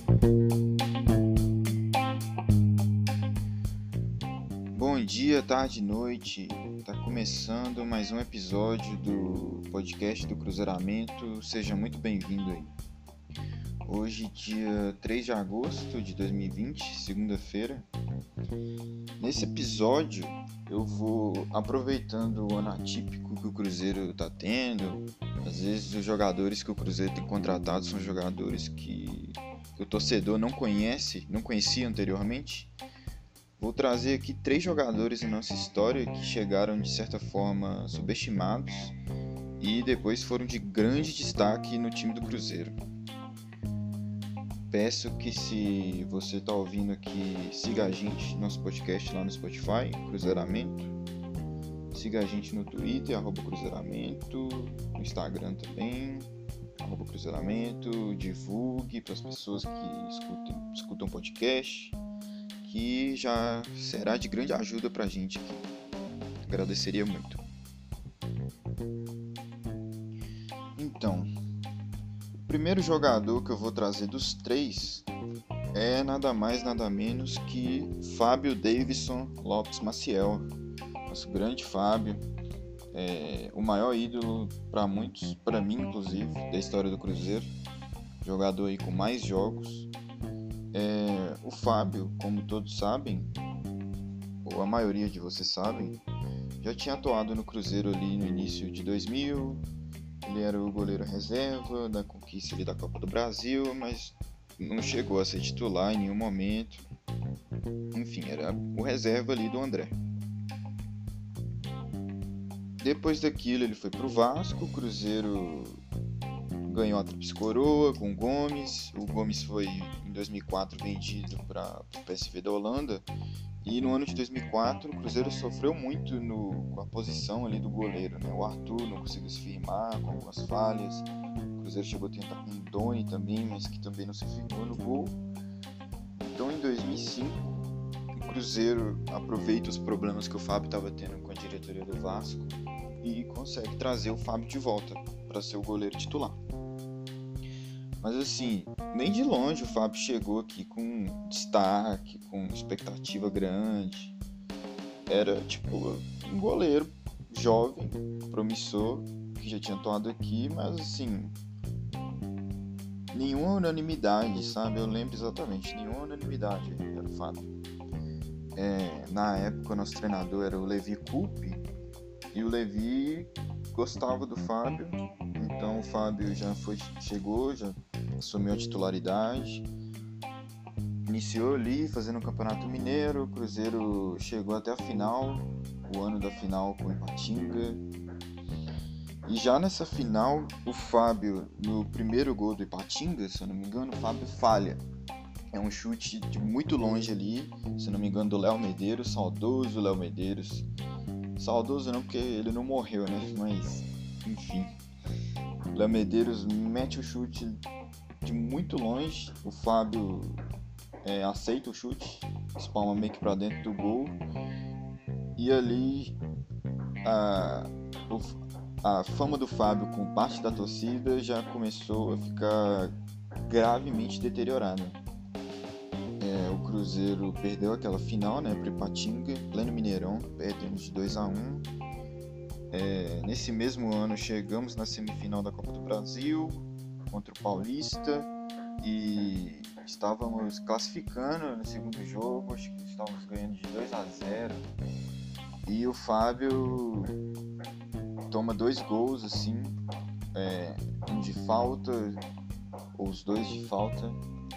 Bom dia, tarde, noite. Tá começando mais um episódio do podcast do Cruzeiramento. Seja muito bem-vindo aí. Hoje, dia 3 de agosto de 2020, segunda-feira. Nesse episódio, eu vou aproveitando o ano atípico que o Cruzeiro tá tendo. Às vezes, os jogadores que o Cruzeiro tem contratado são jogadores que o torcedor não conhecia anteriormente. Vou trazer aqui 3 jogadores em nossa história que chegaram de certa forma subestimados e depois foram de grande destaque no time do Cruzeiro. Peço que, se você está ouvindo aqui, siga a gente no nosso podcast lá no Spotify, Cruzeiramento. Siga a gente no Twitter, @Cruzeiramento, no Instagram também, @Cruzeiramento. Divulgue para as pessoas que escutam podcast, que já será de grande ajuda pra gente aqui. Agradeceria muito. Então, o primeiro jogador que eu vou trazer dos 3 é nada mais, nada menos que Fábio Davidson Lopes Maciel. Nosso grande Fábio, o maior ídolo para muitos, para mim inclusive, da história do Cruzeiro. Jogador aí com mais jogos. O Fábio, como todos sabem, ou a maioria de vocês sabem, já tinha atuado no Cruzeiro ali no início de 2000. Ele era o goleiro reserva da conquista ali da Copa do Brasil, mas não chegou a ser titular em nenhum momento. Enfim, era o reserva ali do André. Depois daquilo ele foi pro Vasco. O Cruzeiro ganhou a Tríplice Coroa com o Gomes. O Gomes foi, em 2004, vendido para o PSV da Holanda. E no ano de 2004, o Cruzeiro sofreu muito com a posição ali do goleiro, né? O Arthur não conseguiu se firmar, com algumas falhas. O Cruzeiro chegou a tentar com o Doni também, mas que também não se firmou no gol. Então, em 2005, o Cruzeiro aproveita os problemas que o Fábio estava tendo com a diretoria do Vasco e consegue trazer o Fábio de volta para ser o goleiro titular. Mas assim, nem de longe o Fábio chegou aqui com destaque, com expectativa grande. Era tipo um goleiro jovem, promissor, que já tinha atuado aqui, mas assim, nenhuma unanimidade, sabe? Eu lembro exatamente, nenhuma unanimidade era o Fábio. Na época o nosso treinador era o Levi Coupe, e o Levi gostava do Fábio. Então o Fábio chegou, já assumiu a titularidade, iniciou ali fazendo o Campeonato Mineiro. O Cruzeiro chegou até a final, o ano da final com o Ipatinga. E já nessa final, o Fábio, no primeiro gol do Ipatinga, se eu não me engano, o Fábio falha. É um chute de muito longe ali, se eu não me engano, do Léo Medeiros, saudoso Léo Medeiros. Saudoso não, porque ele não morreu, né? Mas, enfim. Léo Medeiros mete o chute de muito longe. O Fábio aceita o chute, espalma meio que pra dentro do gol. E ali a fama do Fábio com parte da torcida já começou a ficar gravemente deteriorada. O Cruzeiro perdeu aquela final, né, pro Ipatinga, pleno Mineirão, perdemos de 2-1. Nesse mesmo ano chegamos na semifinal da Copa do Brasil contra o Paulista e estávamos classificando no segundo jogo. Acho que estávamos ganhando de 2-0 e o Fábio toma 2 gols assim, um de falta, ou os 2 de falta,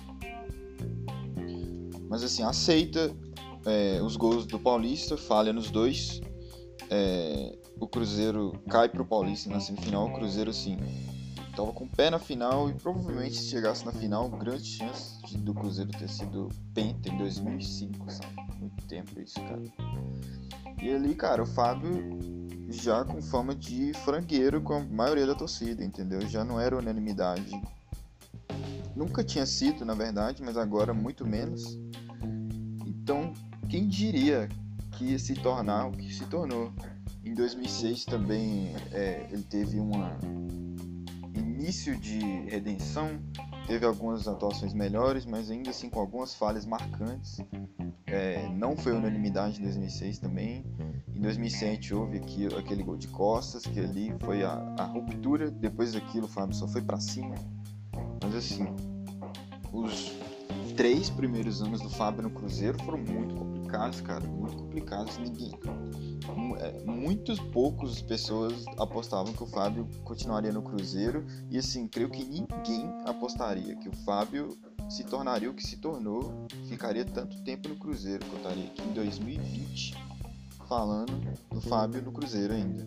mas assim, aceita os gols do Paulista, falha nos 2. O Cruzeiro cai pro Paulista na semifinal. O Cruzeiro, assim, tava com o pé na final e provavelmente, se chegasse na final, grande chance do Cruzeiro ter sido penta em 2005, sabe? Muito tempo isso, cara. E ali, cara, o Fábio já com fama de frangueiro com a maioria da torcida, entendeu? Já não era unanimidade. Nunca tinha sido, na verdade, mas agora muito menos. Então, quem diria que ia se tornar o que se tornou? Em 2006 também ele teve um início de redenção, teve algumas atuações melhores, mas ainda assim com algumas falhas marcantes. Não foi unanimidade em 2006 também. Em 2007 houve aquele gol de costas, que ali foi a ruptura. Depois daquilo o Fábio só foi pra cima. Mas assim, os 3 primeiros anos do Fábio no Cruzeiro foram muito complicados, cara. Muito complicados. Muitos poucos pessoas apostavam que o Fábio continuaria no Cruzeiro. E assim, creio que ninguém apostaria que o Fábio se tornaria o que se tornou, ficaria tanto tempo no Cruzeiro. Que eu estaria aqui em 2020 falando do Fábio no Cruzeiro ainda.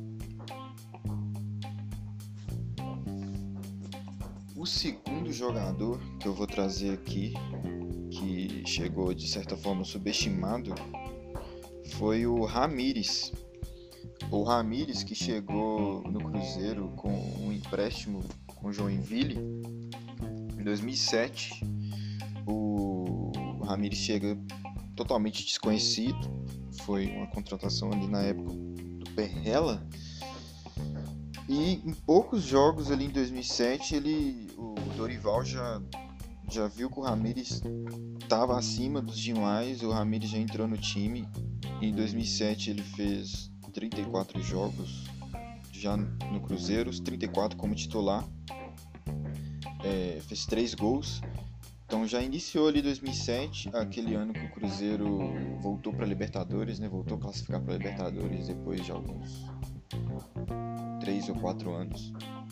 O segundo jogador que eu vou trazer aqui, que chegou de certa forma subestimado, foi o Ramírez. O Ramírez, que chegou no Cruzeiro com um empréstimo com o Joinville em 2007. O Ramírez chega totalmente desconhecido, foi uma contratação ali na época do Perrella, e em poucos jogos ali em 2007 o Dorival já viu que o Ramírez estava acima dos demais. O Ramírez já entrou no time. Em 2007 ele fez 34 jogos já no Cruzeiro, 34 como titular, fez 3 gols. Então já iniciou ali 2007, aquele ano que o Cruzeiro voltou para a Libertadores, né? Voltou a classificar para a Libertadores depois de alguns 3 ou 4 anos.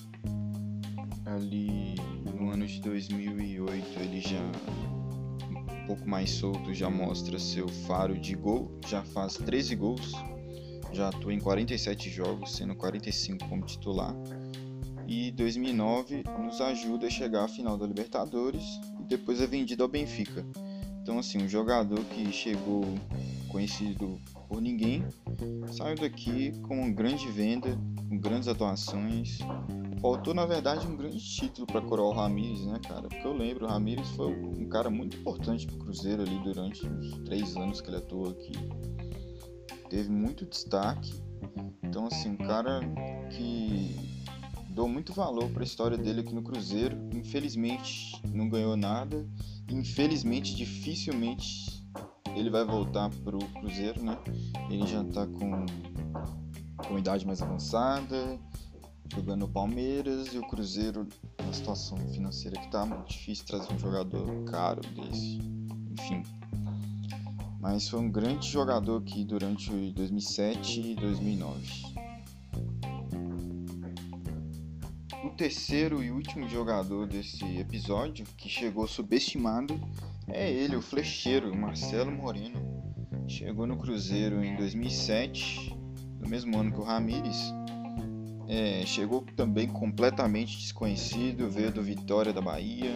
Ali no ano de 2008 ele já um pouco mais solto, já mostra seu faro de gol, já faz 13 gols, já atua em 47 jogos, sendo 45 como titular. E 2009 nos ajuda a chegar à final da Libertadores e depois é vendido ao Benfica. Então assim, um jogador que chegou conhecido por ninguém, saiu daqui com uma grande venda, com grandes atuações. Faltou na verdade um grande título para coroar o Ramírez, né, cara? Porque eu lembro, o Ramírez foi um cara muito importante pro Cruzeiro ali durante os 3 anos que ele atuou aqui. Teve muito destaque. Então assim, um cara que dou muito valor para a história dele aqui no Cruzeiro. Infelizmente não ganhou nada. Infelizmente dificilmente ele vai voltar pro Cruzeiro, né? Ele já tá com idade mais avançada, jogando no Palmeiras, e o Cruzeiro, na situação financeira que tá, muito difícil trazer um jogador caro desse. Enfim. Mas foi um grande jogador aqui durante 2007 e 2009. O terceiro e último jogador desse episódio, que chegou subestimado, é ele, o flecheiro, o Marcelo Moreno. Chegou no Cruzeiro em 2007, no mesmo ano que o Ramírez. Chegou também completamente desconhecido, veio do Vitória da Bahia.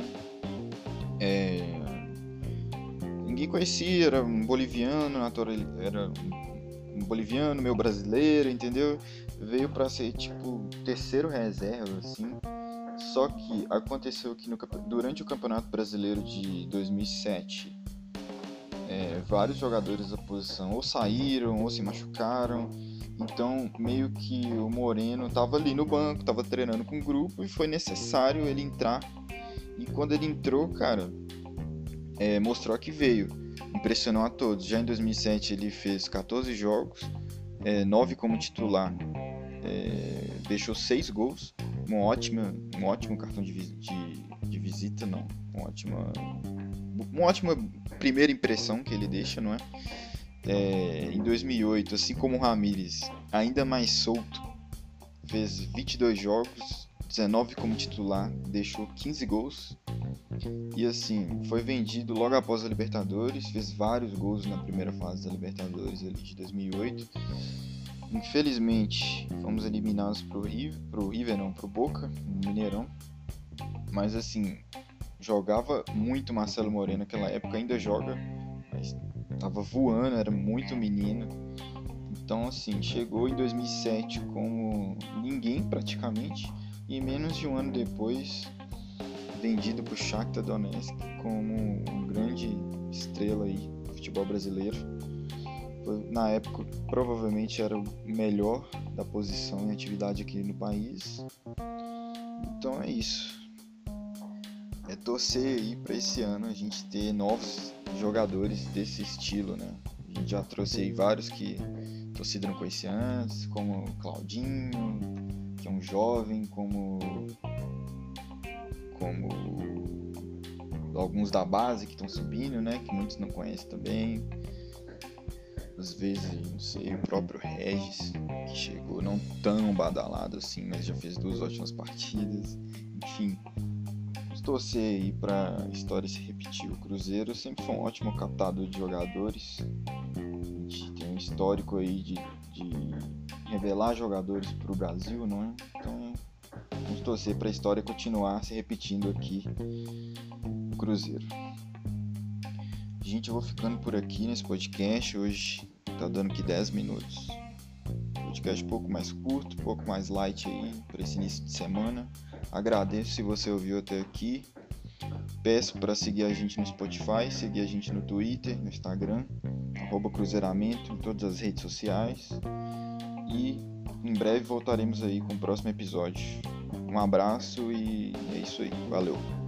Ninguém conhecia, era um boliviano, era um boliviano, meio brasileiro, entendeu? Veio para ser tipo terceiro reserva, assim. Só que aconteceu que durante o Campeonato Brasileiro de 2007, vários jogadores da posição ou saíram ou se machucaram. Então meio que o Moreno estava ali no banco, estava treinando com o grupo e foi necessário ele entrar. E quando ele entrou, cara, mostrou que veio, impressionou a todos. Já em 2007 ele fez 14 jogos, 9 como titular, deixou 6 gols, um ótimo cartão de visita, não, uma ótima primeira impressão que ele deixa, não é? Em 2008, assim como o Ramírez, ainda mais solto, fez 22 jogos, 19 como titular, deixou 15 gols. E assim, foi vendido logo após a Libertadores, fez vários gols na primeira fase da Libertadores ali de 2008. Infelizmente, fomos eliminados pro Boca, no Mineirão. Mas assim, jogava muito Marcelo Moreno naquela época, ainda joga, mas tava voando, era muito menino. Então assim, chegou em 2007 como ninguém praticamente, e menos de um ano depois vendido pro Shakhtar Donetsk como uma grande estrela aí do futebol brasileiro. Na época provavelmente era o melhor da posição em atividade aqui no país. Então é isso. é torcer aí para esse ano a gente ter novos jogadores desse estilo, né? A gente já trouxe aí vários que a torcida não conhecia antes, como o Claudinho, que é um jovem, como alguns da base que estão subindo, né? Que muitos não conhecem também. Às vezes, não sei, o próprio Regis, que chegou não tão badalado assim, mas já fez 2 ótimas partidas. Enfim, vamos torcer aí pra história se repetir. O Cruzeiro sempre foi um ótimo captador de jogadores. A gente tem um histórico aí de revelar jogadores pro Brasil, não é? Então, vamos torcer pra história continuar se repetindo aqui no Cruzeiro. Gente, eu vou ficando por aqui nesse podcast. Hoje tá dando que 10 minutos. Podcast um pouco mais curto, um pouco mais light aí para esse início de semana. Agradeço se você ouviu até aqui. Peço para seguir a gente no Spotify, seguir a gente no Twitter, no Instagram, @cruzeiramento, em todas as redes sociais. E em breve voltaremos aí com o próximo episódio. Um abraço e é isso aí. Valeu!